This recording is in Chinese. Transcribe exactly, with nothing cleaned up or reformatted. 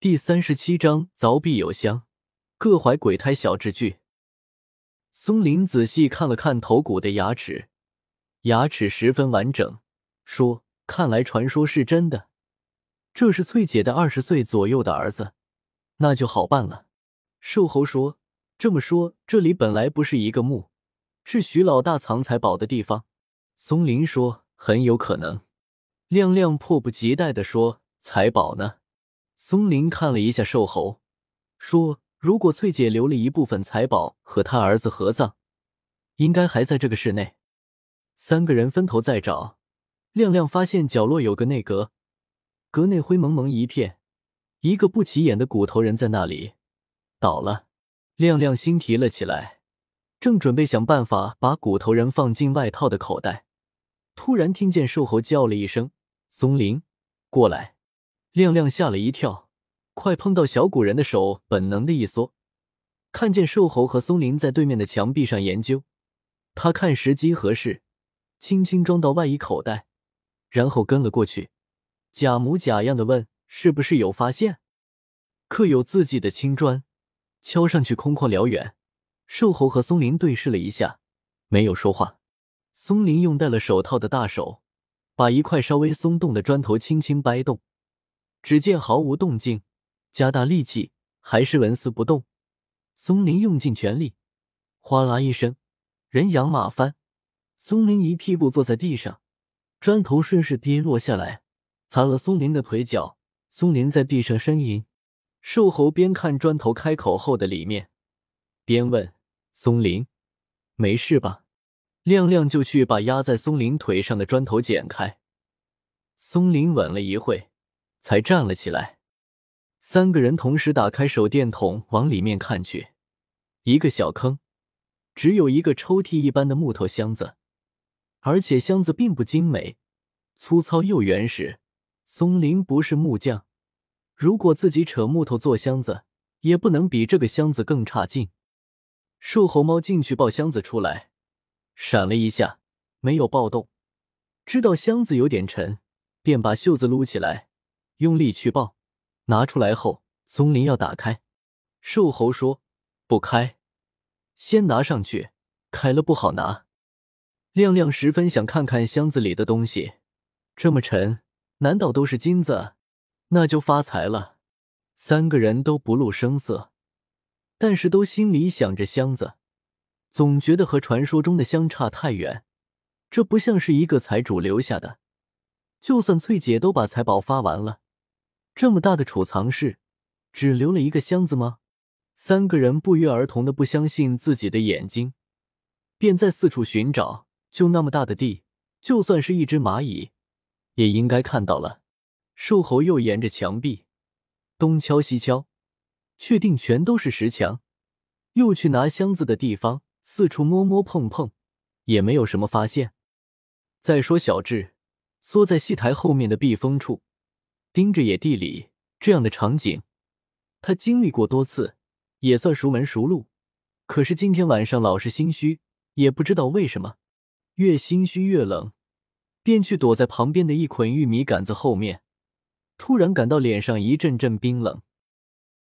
第三十七章凿壁有香，各怀鬼胎小智具。松林仔细看了看头骨的牙齿，牙齿十分完整，说：“看来传说是真的，这是翠姐的二十岁左右的儿子，那就好办了。”兽猴说：“这么说，这里本来不是一个墓，是徐老大藏财宝的地方。”松林说：“很有可能。”亮亮迫不及待地说：“财宝呢？”松林看了一下兽猴，说：“如果翠姐留了一部分财宝和他儿子合葬，应该还在这个室内。”三个人分头在找，亮亮发现角落有个内阁，阁内灰蒙蒙一片，一个不起眼的骨头人在那里倒了。亮亮心提了起来，正准备想办法把骨头人放进外套的口袋，突然听见兽猴叫了一声：“松林，过来！”亮亮吓了一跳，快碰到小骨人的手本能的一缩，看见兽猴和松林在对面的墙壁上研究，他看时机合适，轻轻装到外衣口袋，然后跟了过去，假模假样的问：“是不是有发现？”刻有字迹的青砖敲上去空旷辽远，兽猴和松林对视了一下，没有说话。松林用戴了手套的大手把一块稍微松动的砖头轻轻掰动，只见毫无动静，加大力气还是纹丝不动。松林用尽全力，哗啦一声，人仰马翻，松林一屁股坐在地上，砖头顺势跌落下来，砸了松林的腿脚。松林在地上呻吟。兽猴边看砖头开口后的里面，边问：“松林，没事吧？”亮亮就去把压在松林腿上的砖头剪开。松林稳了一会才站了起来。三个人同时打开手电筒往里面看去，一个小坑，只有一个抽屉一般的木头箱子，而且箱子并不精美，粗糙又原始。松林不是木匠，如果自己扯木头做箱子，也不能比这个箱子更差劲。瘦猴猫进去抱箱子出来，闪了一下，没有抱动，知道箱子有点沉，便把袖子撸起来，用力去抱。拿出来后，松林要打开，瘦猴说：“不开，先拿上去，开了不好拿。”亮亮十分想看看箱子里的东西，这么沉，难道都是金子？那就发财了。三个人都不露声色，但是都心里想着箱子，总觉得和传说中的香差太远，这不像是一个财主留下的。就算翠姐都把财宝发完了，这么大的储藏室，只留了一个箱子吗？三个人不约而同的不相信自己的眼睛，便在四处寻找。就那么大的地，就算是一只蚂蚁，也应该看到了。兽猴又沿着墙壁东敲西敲，确定全都是石墙，又去拿箱子的地方四处摸摸碰碰，也没有什么发现。再说小智缩在戏台后面的避风处，盯着野地里这样的场景，他经历过多次，也算熟门熟路，可是今天晚上老是心虚，也不知道为什么，越心虚越冷，便去躲在旁边的一捆玉米杆子后面，突然感到脸上一阵阵冰冷。